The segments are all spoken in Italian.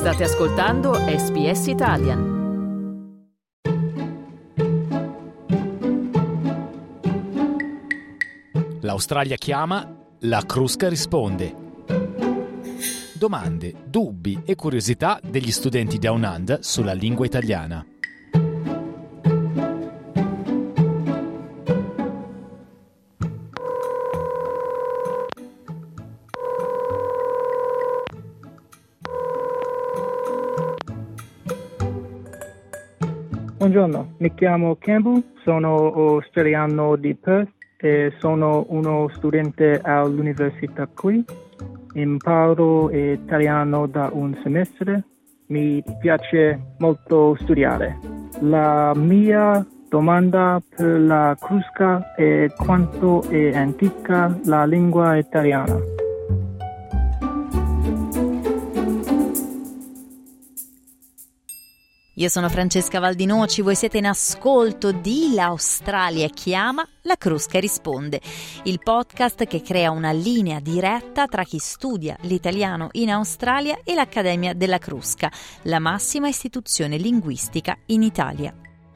State ascoltando SBS Italian. L'Australia chiama, la Crusca risponde. Domande, dubbi e curiosità degli studenti Down Under sulla lingua italiana. Buongiorno, mi chiamo Campbell, sono australiano di Perth e sono uno studente all'università qui. Imparo italiano da un semestre, mi piace molto studiare. La mia domanda per la Crusca è quanto è antica la lingua italiana. Io sono Francesca Valdinoci, voi siete in ascolto di L'Australia chiama, la Crusca risponde, il podcast che crea una linea diretta tra chi studia l'italiano in Australia e l'Accademia della Crusca, la massima istituzione linguistica in Italia.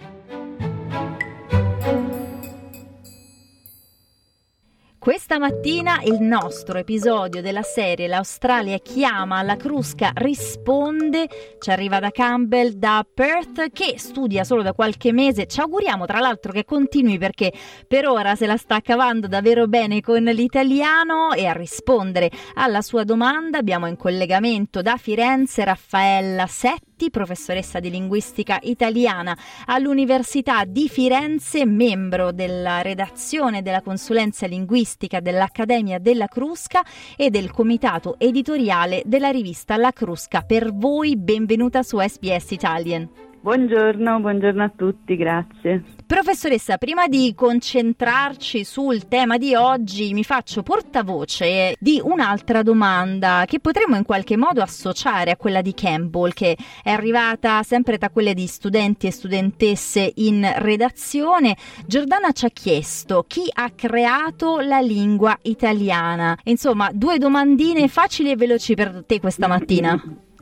Questa mattina il nostro episodio della serie L'Australia chiama, la Crusca risponde ci arriva da Campbell da Perth, che studia solo da qualche mese. Ci auguriamo tra l'altro che continui, perché per ora se la sta cavando davvero bene con l'italiano. E a rispondere alla sua domanda abbiamo in collegamento da Firenze Raffaella Setti, professoressa di linguistica italiana all'Università di Firenze, membro della redazione della consulenza linguistica dell'Accademia della Crusca e del comitato editoriale della rivista La Crusca. Per voi, benvenuta su SBS Italian. Buongiorno a tutti, grazie. Professoressa, prima di concentrarci sul tema di oggi, mi faccio portavoce di un'altra domanda che potremmo in qualche modo associare a quella di Campbell, che è arrivata sempre tra quelle di studenti e studentesse in redazione. Giordana ci ha chiesto chi ha creato la lingua italiana. Insomma, due domandine facili e veloci per te questa mattina.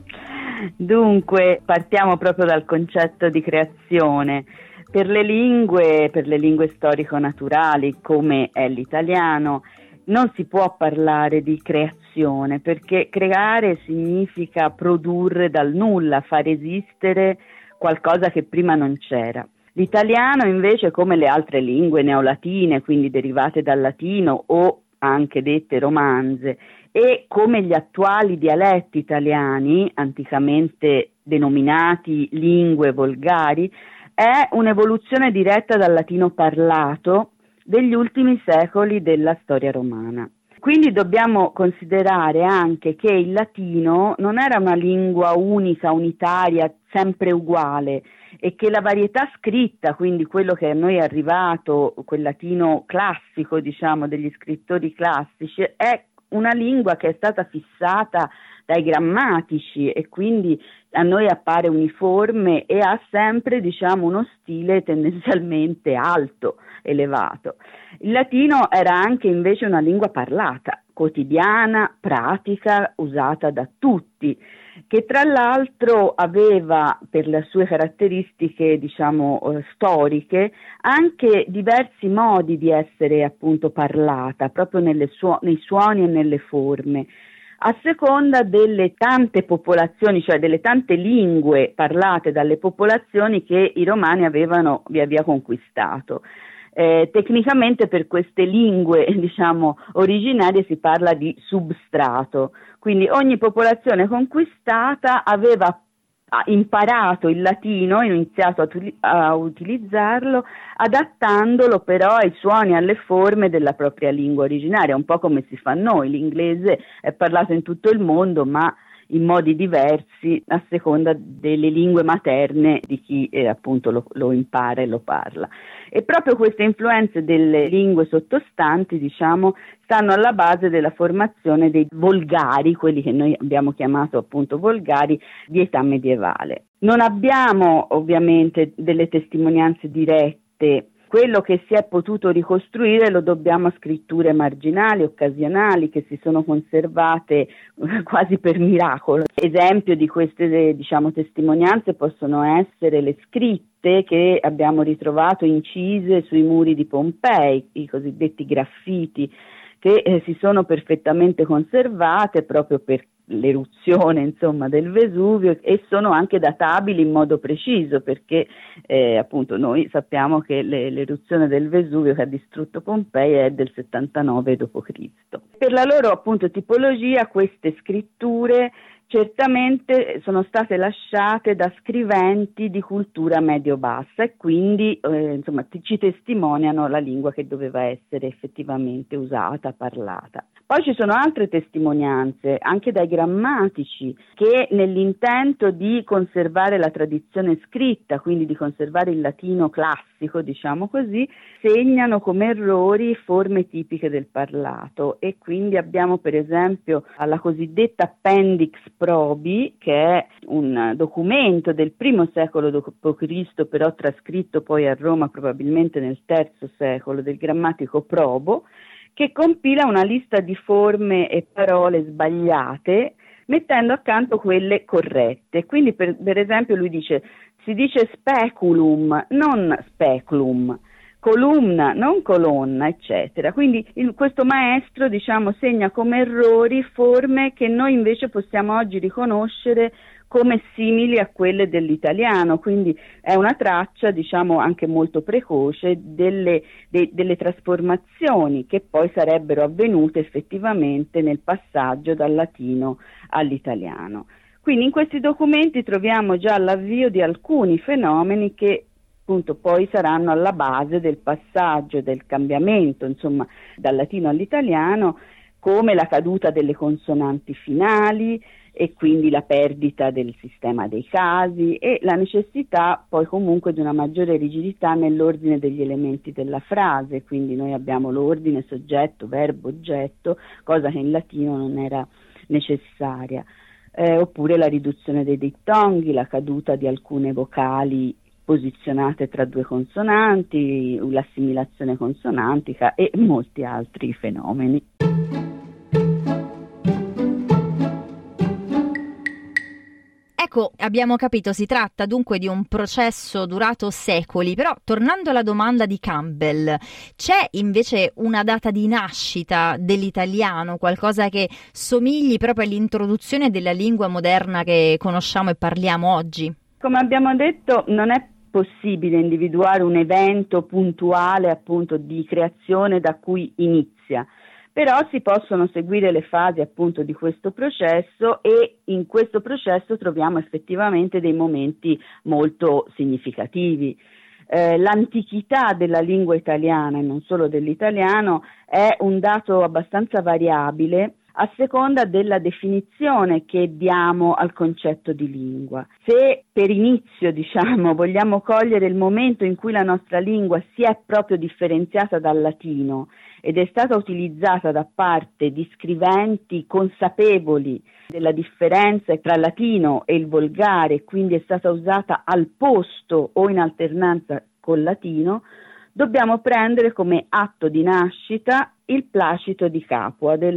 Dunque, partiamo proprio dal concetto di creazione. Per le lingue storico-naturali, come è l'italiano, non si può parlare di creazione, perché creare significa produrre dal nulla, far esistere qualcosa che prima non c'era. L'italiano invece, come le altre lingue neolatine, quindi derivate dal latino o anche dette romanze, e come gli attuali dialetti italiani, anticamente denominati lingue volgari, è un'evoluzione diretta dal latino parlato degli ultimi secoli della storia romana. Quindi dobbiamo considerare anche che il latino non era una lingua unica, unitaria, sempre uguale, e che la varietà scritta, quindi quello che a noi è arrivato, quel latino classico, diciamo, degli scrittori classici, è una lingua che è stata fissata dai grammatici e quindi a noi appare uniforme e ha sempre, diciamo, uno stile tendenzialmente alto, elevato. Il latino era anche invece una lingua parlata, quotidiana, pratica, usata da tutti, che tra l'altro aveva, per le sue caratteristiche, diciamo, storiche, anche diversi modi di essere appunto parlata, proprio nei suoni e nelle forme, a seconda delle tante popolazioni, cioè delle tante lingue parlate dalle popolazioni che i romani avevano via via conquistato. Tecnicamente per queste lingue, diciamo, originarie si parla di substrato, quindi ogni popolazione conquistata aveva imparato il latino, iniziato a utilizzarlo, adattandolo però ai suoni e alle forme della propria lingua originaria, un po' come si fa noi. L'inglese è parlato in tutto il mondo, ma in modi diversi a seconda delle lingue materne di chi appunto lo impara e lo parla. E proprio queste influenze delle lingue sottostanti, diciamo, stanno alla base della formazione dei volgari, quelli che noi abbiamo chiamato appunto volgari, di età medievale. Non abbiamo ovviamente delle testimonianze dirette Quello che si è potuto ricostruire lo dobbiamo a scritture marginali, occasionali, che si sono conservate quasi per miracolo. Esempio di queste, testimonianze possono essere le scritte che abbiamo ritrovato incise sui muri di Pompei, i cosiddetti graffiti, che si sono perfettamente conservate proprio per l'eruzione del Vesuvio, e sono anche databili in modo preciso, perché appunto noi sappiamo che l'eruzione del Vesuvio che ha distrutto Pompei è del 79 d.C. Per la loro appunto tipologia, queste scritture certamente sono state lasciate da scriventi di cultura medio-bassa e quindi ci testimoniano la lingua che doveva essere effettivamente usata, parlata. Poi ci sono altre testimonianze, anche dai grammatici, che nell'intento di conservare la tradizione scritta, quindi di conservare il latino classico, segnano come errori forme tipiche del parlato, e quindi abbiamo per esempio la cosiddetta Appendix Probi, che è un documento del I secolo d.C., però trascritto poi a Roma probabilmente nel III secolo, del grammatico Probo, che compila una lista di forme e parole sbagliate mettendo accanto quelle corrette. Quindi per esempio lui dice, si dice speculum, non speculum, columna, non colonna, eccetera. Quindi questo maestro segna come errori forme che noi invece possiamo oggi riconoscere come simili a quelle dell'italiano, quindi è una traccia anche molto precoce delle trasformazioni che poi sarebbero avvenute effettivamente nel passaggio dal latino all'italiano. Quindi in questi documenti troviamo già l'avvio di alcuni fenomeni che appunto poi saranno alla base del passaggio, del cambiamento dal latino all'italiano, come la caduta delle consonanti finali e quindi la perdita del sistema dei casi e la necessità poi comunque di una maggiore rigidità nell'ordine degli elementi della frase. Quindi noi abbiamo l'ordine soggetto, verbo, oggetto, cosa che in latino non era necessaria, oppure la riduzione dei dittonghi, la caduta di alcune vocali posizionate tra due consonanti, l'assimilazione consonantica e molti altri fenomeni. Ecco, abbiamo capito, si tratta dunque di un processo durato secoli, però tornando alla domanda di Campbell, c'è invece una data di nascita dell'italiano, qualcosa che somigli proprio all'introduzione della lingua moderna che conosciamo e parliamo oggi? Come abbiamo detto, non è possibile individuare un evento puntuale appunto di creazione da cui inizia. Però si possono seguire le fasi appunto di questo processo e in questo processo troviamo effettivamente dei momenti molto significativi. L'antichità della lingua italiana e non solo dell'italiano è un dato abbastanza variabile a seconda della definizione che diamo al concetto di lingua. Se per inizio, vogliamo cogliere il momento in cui la nostra lingua si è proprio differenziata dal latino ed è stata utilizzata da parte di scriventi consapevoli della differenza tra il latino e il volgare, quindi è stata usata al posto o in alternanza col latino, dobbiamo prendere come atto di nascita il Placito di Capua del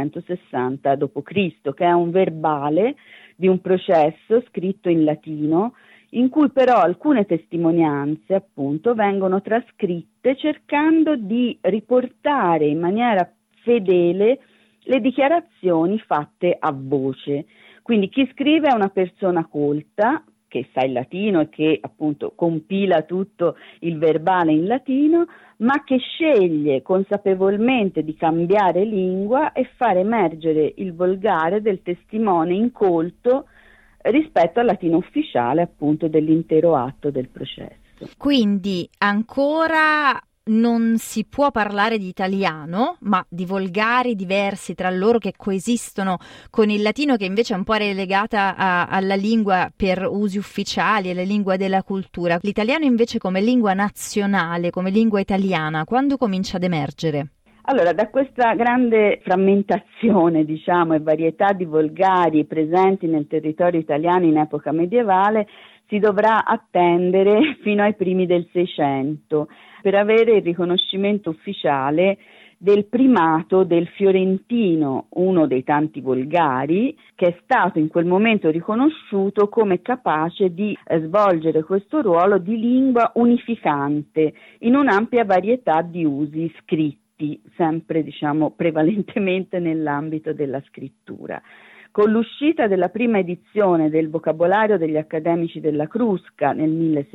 960 d.C., che è un verbale di un processo scritto in latino, in cui però alcune testimonianze appunto vengono trascritte cercando di riportare in maniera fedele le dichiarazioni fatte a voce. Quindi chi scrive è una persona colta, che sa il latino e che appunto compila tutto il verbale in latino, ma che sceglie consapevolmente di cambiare lingua e far emergere il volgare del testimone incolto rispetto al latino ufficiale appunto dell'intero atto del processo. Quindi ancora non si può parlare di italiano, ma di volgari diversi tra loro che coesistono con il latino, che invece è un po' relegata alla lingua per usi ufficiali, alla lingua della cultura. L'italiano invece come lingua nazionale, come lingua italiana, quando comincia ad emergere? Allora, da questa grande frammentazione, e varietà di volgari presenti nel territorio italiano in epoca medievale, si dovrà attendere fino ai primi del Seicento per avere il riconoscimento ufficiale del primato del fiorentino, uno dei tanti volgari, che è stato in quel momento riconosciuto come capace di svolgere questo ruolo di lingua unificante in un'ampia varietà di usi scritti, sempre prevalentemente nell'ambito della scrittura. Con l'uscita della prima edizione del vocabolario degli accademici della Crusca nel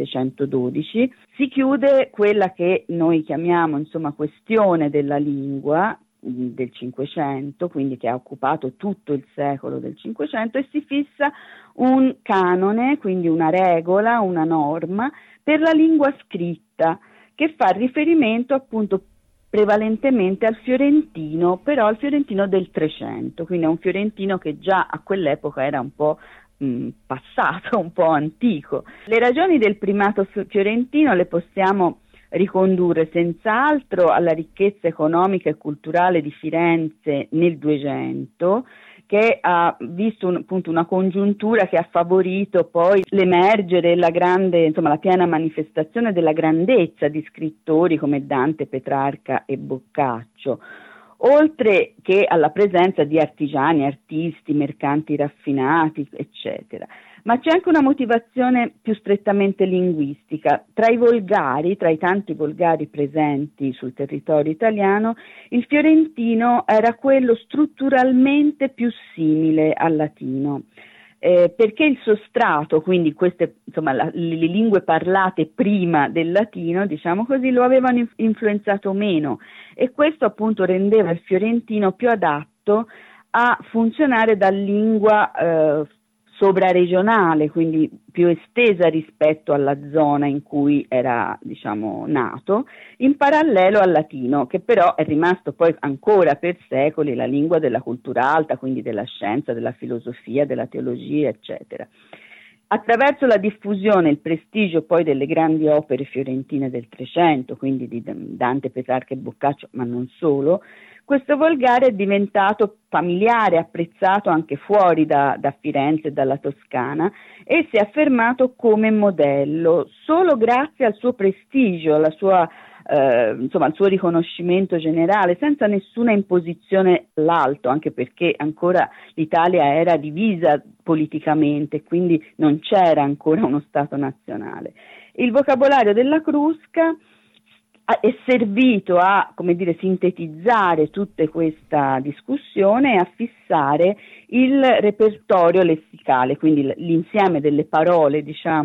1612 si chiude quella che noi chiamiamo questione della lingua del Cinquecento, quindi che ha occupato tutto il secolo del Cinquecento, e si fissa un canone, quindi una regola, una norma per la lingua scritta che fa riferimento appunto prevalentemente al fiorentino, però al fiorentino del Trecento, quindi è un fiorentino che già a quell'epoca era un po' passato, un po' antico. Le ragioni del primato fiorentino le possiamo ricondurre senz'altro alla ricchezza economica e culturale di Firenze nel 200, che ha visto una congiuntura che ha favorito poi l'emergere, la piena manifestazione della grandezza di scrittori come Dante, Petrarca e Boccaccio, oltre che alla presenza di artigiani, artisti, mercanti raffinati, eccetera. Ma c'è anche una motivazione più strettamente linguistica. Tra i tanti volgari presenti sul territorio italiano, il fiorentino era quello strutturalmente più simile al latino, perché il sostrato, quindi le lingue parlate prima del latino, lo avevano influenzato meno, e questo appunto rendeva il fiorentino più adatto a funzionare da lingua sovraregionale, quindi più estesa rispetto alla zona in cui era, nato, in parallelo al latino, che però è rimasto poi ancora per secoli la lingua della cultura alta, quindi della scienza, della filosofia, della teologia, eccetera. Attraverso la diffusione e il prestigio poi delle grandi opere fiorentine del Trecento, quindi di Dante, Petrarca e Boccaccio, ma non solo, questo volgare è diventato familiare, apprezzato anche fuori da Firenze e dalla Toscana, e si è affermato come modello solo grazie al suo prestigio, al suo riconoscimento generale, senza nessuna imposizione all'alto, anche perché ancora l'Italia era divisa politicamente, quindi non c'era ancora uno Stato nazionale. Il vocabolario della Crusca è servito a, sintetizzare tutta questa discussione e a fissare il repertorio lessicale, quindi l'insieme delle parole,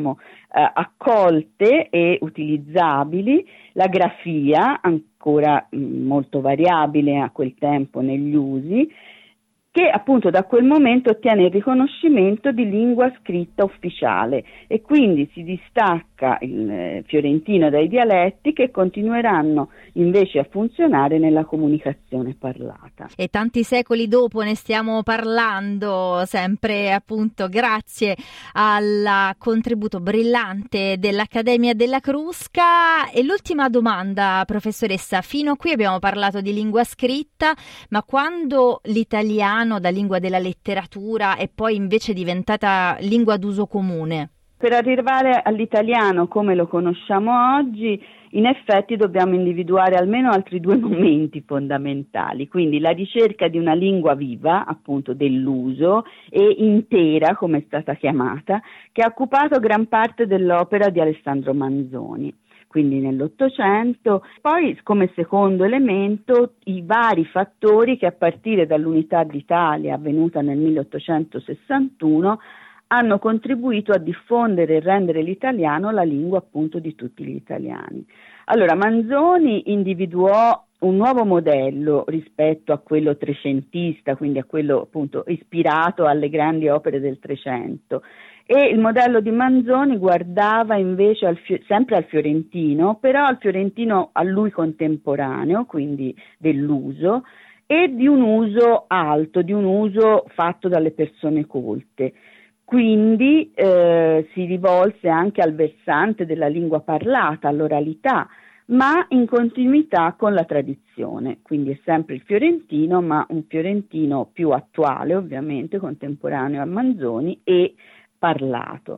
accolte e utilizzabili, la grafia, ancora molto variabile a quel tempo negli usi, che appunto da quel momento ottiene il riconoscimento di lingua scritta ufficiale, e quindi si distacca il fiorentino dai dialetti, che continueranno invece a funzionare nella comunicazione parlata. E tanti secoli dopo ne stiamo parlando, sempre appunto grazie al contributo brillante dell'Accademia della Crusca. E l'ultima domanda, professoressa: fino a qui abbiamo parlato di lingua scritta, ma quando l'italiano da lingua della letteratura è poi invece diventata lingua d'uso comune? Per arrivare all'italiano come lo conosciamo oggi, in effetti dobbiamo individuare almeno altri due momenti fondamentali, quindi la ricerca di una lingua viva, appunto dell'uso, e intera, come è stata chiamata, che ha occupato gran parte dell'opera di Alessandro Manzoni, quindi nell'Ottocento. Poi, come secondo elemento, i vari fattori che a partire dall'Unità d'Italia avvenuta nel 1861 hanno contribuito a diffondere e rendere l'italiano la lingua appunto di tutti gli italiani. Allora, Manzoni individuò un nuovo modello rispetto a quello trecentista, quindi a quello appunto ispirato alle grandi opere del Trecento, e il modello di Manzoni guardava invece sempre al fiorentino, però al fiorentino a lui contemporaneo, quindi dell'uso, e di un uso alto, di un uso fatto dalle persone colte. Quindi si rivolse anche al versante della lingua parlata, all'oralità, ma in continuità con la tradizione. Quindi è sempre il fiorentino, ma un fiorentino più attuale, ovviamente, contemporaneo a Manzoni e parlato.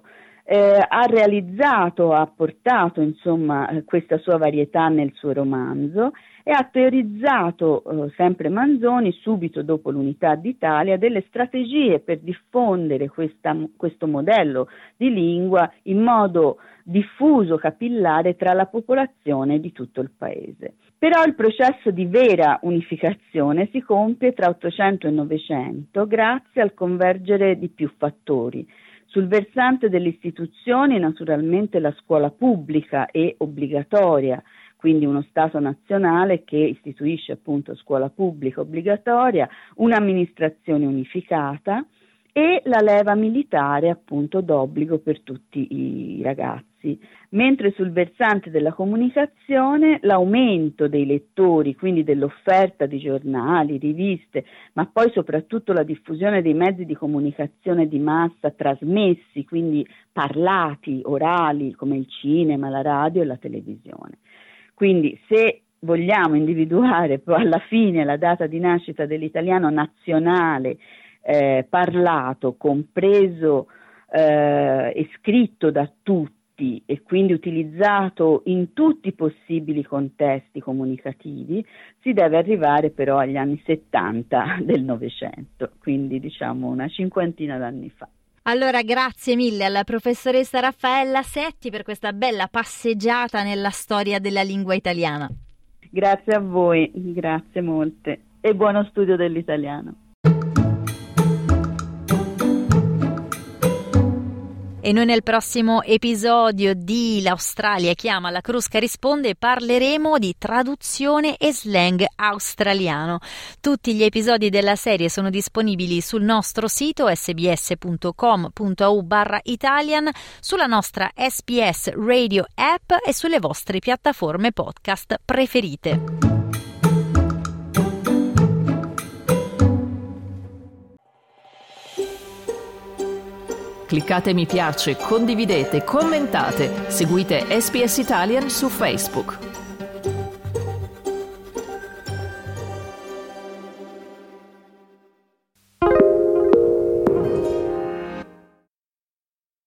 Ha portato insomma questa sua varietà nel suo romanzo e ha teorizzato sempre Manzoni, subito dopo l'Unità d'Italia, delle strategie per diffondere questo modello di lingua in modo diffuso, capillare tra la popolazione di tutto il paese. Però il processo di vera unificazione si compie tra 800 e 900 grazie al convergere di più fattori. Sul versante delle istituzioni, naturalmente la scuola pubblica e obbligatoria, quindi uno Stato nazionale che istituisce appunto scuola pubblica obbligatoria, un'amministrazione unificata e la leva militare appunto d'obbligo per tutti i ragazzi. Mentre sul versante della comunicazione l'aumento dei lettori, quindi dell'offerta di giornali, riviste, ma poi soprattutto la diffusione dei mezzi di comunicazione di massa trasmessi, quindi parlati, orali, come il cinema, la radio e la televisione. Quindi se vogliamo individuare poi alla fine la data di nascita dell'italiano nazionale parlato, compreso e scritto da tutti e quindi utilizzato in tutti i possibili contesti comunicativi, si deve arrivare però agli anni 70 del Novecento, quindi diciamo una cinquantina d'anni fa. Allora, grazie mille alla professoressa Raffaella Setti per questa bella passeggiata nella storia della lingua italiana. Grazie a voi, grazie molte e buono studio dell'italiano. E noi nel prossimo episodio di L'Australia chiama, la Crusca risponde, parleremo di traduzione e slang australiano. Tutti gli episodi della serie sono disponibili sul nostro sito sbs.com.au/Italian, sulla nostra SBS Radio app e sulle vostre piattaforme podcast preferite. Cliccate mi piace, condividete, commentate, seguite SBS Italian su Facebook.